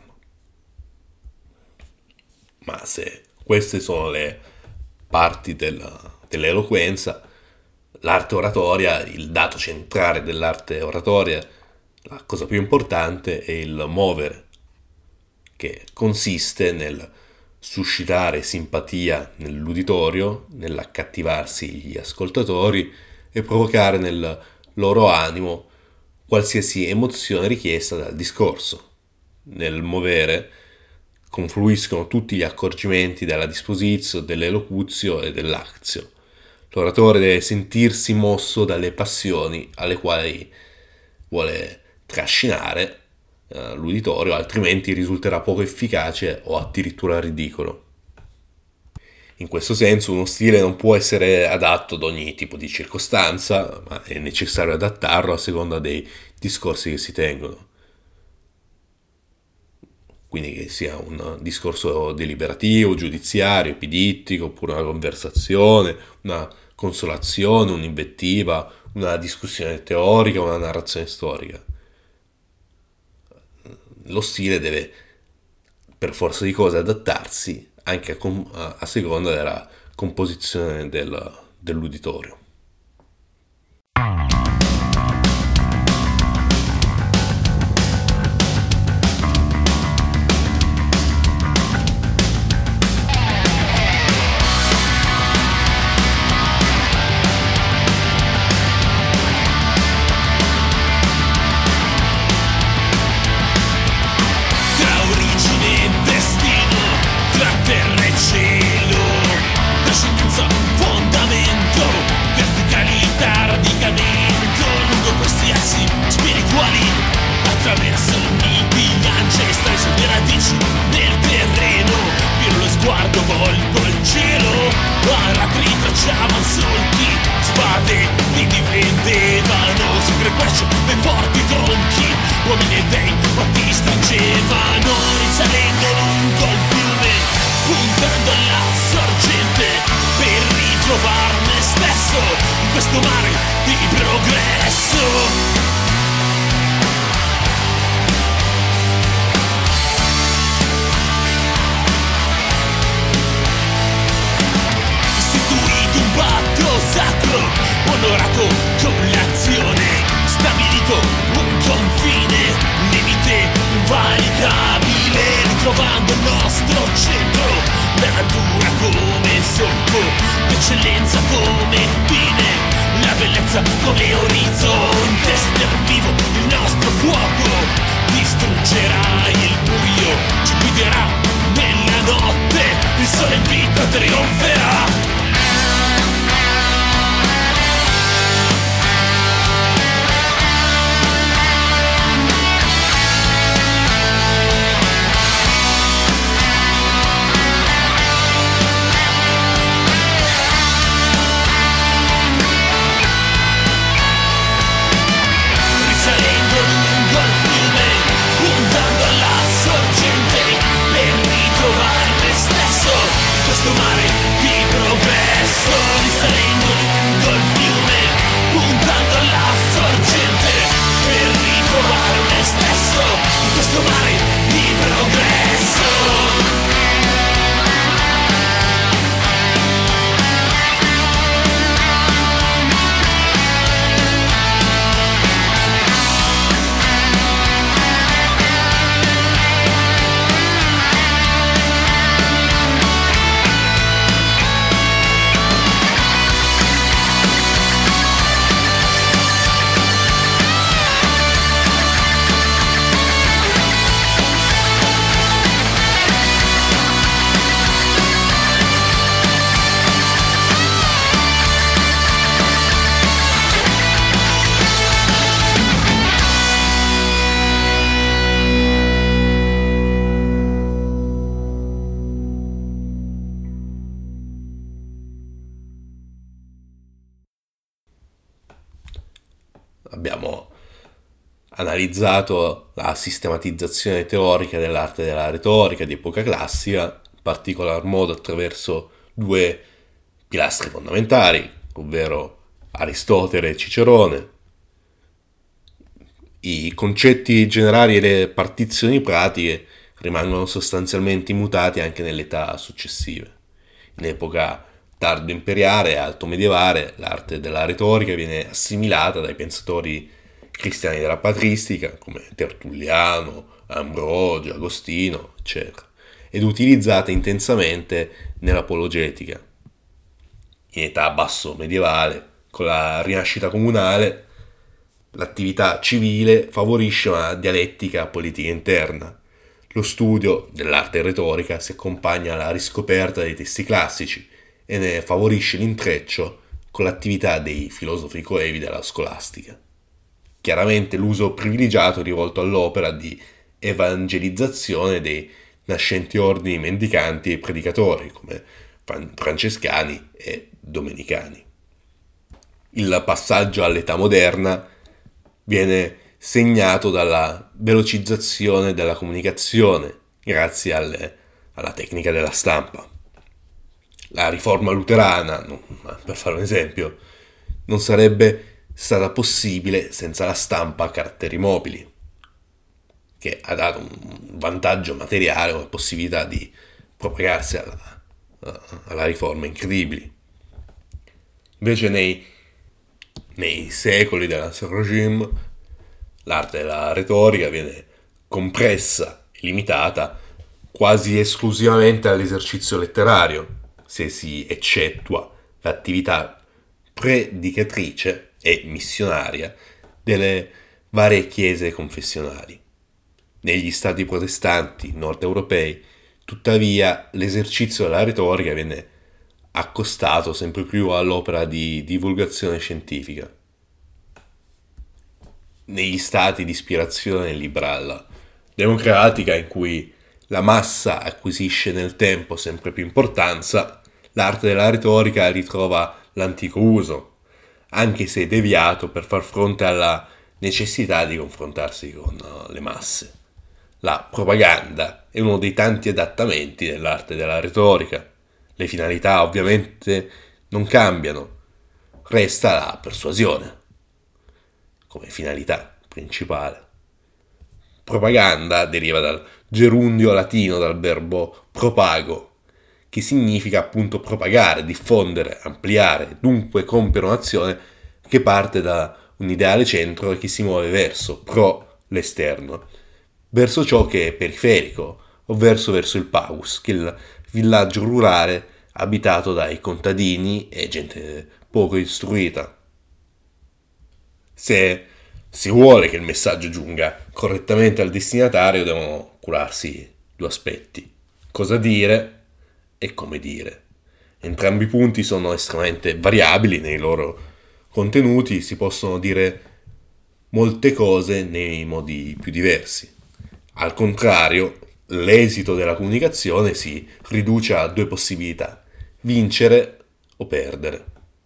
Ma se queste sono le parti dell'eloquenza, l'arte oratoria, il dato centrale dell'arte oratoria, la cosa più importante è il movere, che consiste nel suscitare simpatia nell'uditorio, nell'accattivarsi gli ascoltatori e provocare nel loro animo qualsiasi emozione richiesta dal discorso. Nel movere confluiscono tutti gli accorgimenti della disposizio, dell'elocuzio e dell'actio. L'oratore deve sentirsi mosso dalle passioni alle quali vuole trascinare l'uditorio, altrimenti risulterà poco efficace o addirittura ridicolo. In questo senso uno stile non può essere adatto ad ogni tipo di circostanza, ma è necessario adattarlo a seconda dei discorsi che si tengono. Quindi che sia un discorso deliberativo, giudiziario, epidittico, oppure una conversazione, una consolazione, un'invettiva, una discussione teorica, una narrazione storica. Lo stile deve per forza di cose adattarsi anche a seconda della composizione dell'uditorio. Onorato con l'azione, stabilito un confine, limite valicabile, ritrovando il nostro centro, la natura come solco, l'eccellenza come fine, la bellezza come orizzonte. Se terrò vivo il nostro fuoco, distruggerà il buio, ci guiderà nella notte, il sole in vita trionferà. Questo mare Abbiamo analizzato la sistematizzazione teorica dell'arte della retorica di epoca classica, in particolar modo attraverso due pilastri fondamentali, ovvero Aristotele e Cicerone. I concetti generali e le partizioni pratiche rimangono sostanzialmente immutati anche nelle età successive. In epoca tardo imperiale e alto medievale, l'arte della retorica viene assimilata dai pensatori cristiani della patristica, come Tertulliano, Ambrogio, Agostino, eccetera, ed utilizzata intensamente nell'apologetica. In età basso medievale, con la rinascita comunale, l'attività civile favorisce una dialettica politica interna. Lo studio dell'arte retorica si accompagna alla riscoperta dei testi classici e ne favorisce l'intreccio con l'attività dei filosofi coevi della scolastica. Chiaramente l'uso privilegiato è rivolto all'opera di evangelizzazione dei nascenti ordini mendicanti e predicatori, come francescani e domenicani. Il passaggio all'età moderna viene segnato dalla velocizzazione della comunicazione grazie alla tecnica della stampa. La riforma luterana, per fare un esempio, non sarebbe stata possibile senza la stampa a caratteri mobili, che ha dato un vantaggio materiale, una possibilità di propagarsi alla riforma incredibili. Invece nei secoli dell'Ancien Régime l'arte della retorica viene compressa e limitata quasi esclusivamente all'esercizio letterario, se si eccettua l'attività predicatrice e missionaria delle varie chiese confessionali. Negli stati protestanti nord europei, tuttavia, l'esercizio della retorica viene accostato sempre più all'opera di divulgazione scientifica. Negli stati di ispirazione liberale democratica, in cui la massa acquisisce nel tempo sempre più importanza, l'arte della retorica ritrova l'antico uso, anche se deviato per far fronte alla necessità di confrontarsi con le masse. La propaganda è uno dei tanti adattamenti dell'arte della retorica. Le finalità ovviamente non cambiano, resta la persuasione come finalità principale. Propaganda deriva dal gerundio latino, dal verbo propago, che significa appunto propagare, diffondere, ampliare, dunque compiere un'azione che parte da un ideale centro e che si muove verso l'esterno, verso ciò che è periferico, ovvero verso il pagus, che è il villaggio rurale abitato dai contadini e gente poco istruita. Se si vuole che il messaggio giunga correttamente al destinatario, devono curarsi due aspetti: cosa dire e come dire. Entrambi i punti sono estremamente variabili nei loro contenuti, si possono dire molte cose nei modi più diversi. Al contrario, l'esito della comunicazione si riduce a due possibilità: vincere o perdere.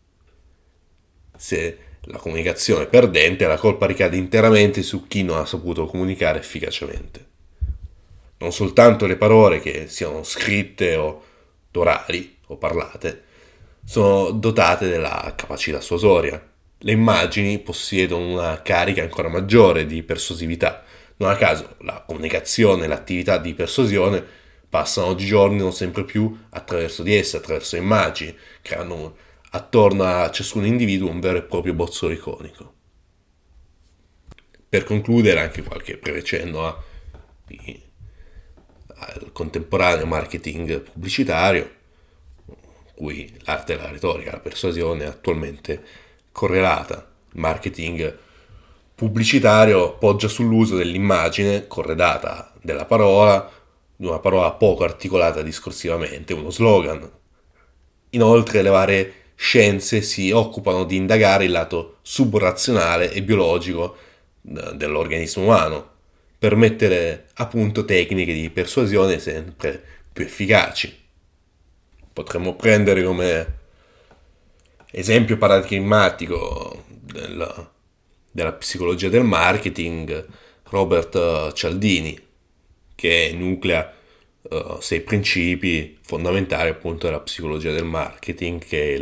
Se la comunicazione è perdente, la colpa ricade interamente su chi non ha saputo comunicare efficacemente. Non soltanto le parole, che siano scritte o orali o parlate, sono dotate della capacità persuasoria. Le immagini possiedono una carica ancora maggiore di persuasività. Non a caso la comunicazione e l'attività di persuasione passano oggigiorno sempre più attraverso di esse, attraverso immagini, creando attorno a ciascun individuo un vero e proprio bozzolo iconico. Per concludere, anche qualche breve cenno al contemporaneo marketing pubblicitario, cui l'arte della retorica, la persuasione è attualmente correlata. Il marketing pubblicitario poggia sull'uso dell'immagine corredata della parola, di una parola poco articolata discorsivamente, uno slogan. Inoltre le varie scienze si occupano di indagare il lato subrazionale e biologico dell'organismo umano, per mettere a punto tecniche di persuasione sempre più efficaci. Potremmo prendere come esempio paradigmatico della psicologia del marketing, Robert Cialdini, che enuclea 6 principi fondamentali appunto della psicologia del marketing, che è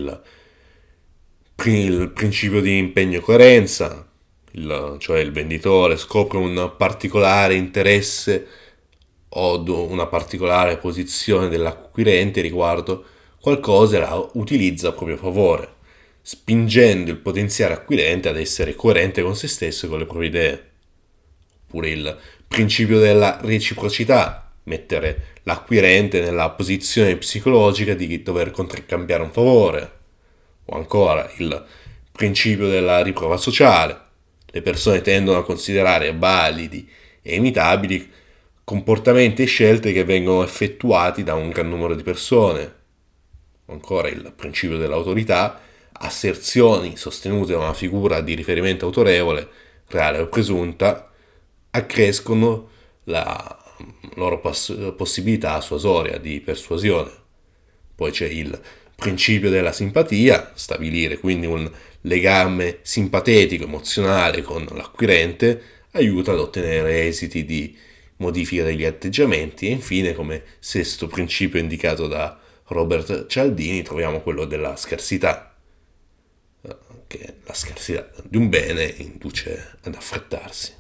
il principio di impegno e coerenza, cioè il venditore scopre un particolare interesse o una particolare posizione dell'acquirente riguardo qualcosa e la utilizza a proprio favore, spingendo il potenziale acquirente ad essere coerente con se stesso e con le proprie idee. Oppure il principio della reciprocità, mettere l'acquirente nella posizione psicologica di dover contraccambiare un favore. O ancora il principio della riprova sociale. Le persone tendono a considerare validi e imitabili comportamenti e scelte che vengono effettuati da un gran numero di persone. O ancora il principio dell'autorità, asserzioni sostenute da una figura di riferimento autorevole, reale o presunta, accrescono la loro possibilità suasoria di persuasione. Poi c'è il principio della simpatia, stabilire quindi un legame simpatetico, emozionale con l'acquirente, aiuta ad ottenere esiti di modifica degli atteggiamenti. E infine, come sesto principio indicato da Robert Cialdini, troviamo quello della scarsità, che la scarsità di un bene induce ad affrettarsi.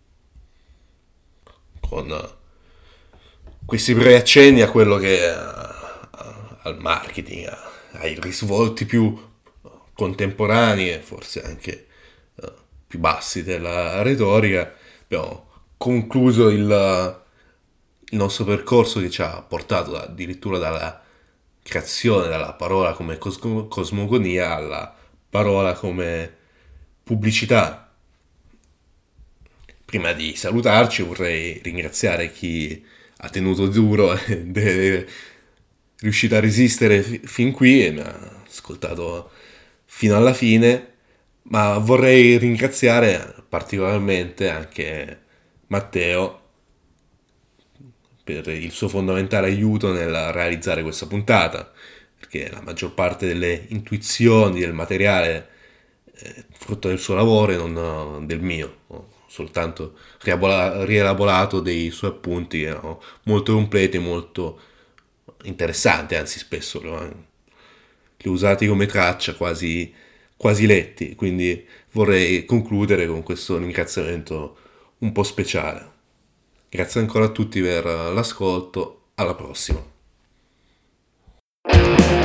Con questi brevi accenni a quello che al marketing, ai risvolti più contemporanei e forse anche più bassi della retorica, abbiamo concluso il nostro percorso che ci ha portato addirittura dalla creazione della parola come cosmogonia alla parola come pubblicità. Prima di salutarci vorrei ringraziare chi ha tenuto duro ed è riuscito a resistere fin qui e mi ha ascoltato fino alla fine, ma vorrei ringraziare particolarmente anche Matteo per il suo fondamentale aiuto nel realizzare questa puntata, perché la maggior parte delle intuizioni del materiale è frutto del suo lavoro e non del mio. Ho soltanto rielaborato dei suoi appunti che erano molto completi, molto interessanti, anzi spesso li ho usati come traccia, quasi letti, quindi vorrei concludere con questo ringraziamento un po' speciale. Grazie ancora a tutti per l'ascolto, alla prossima.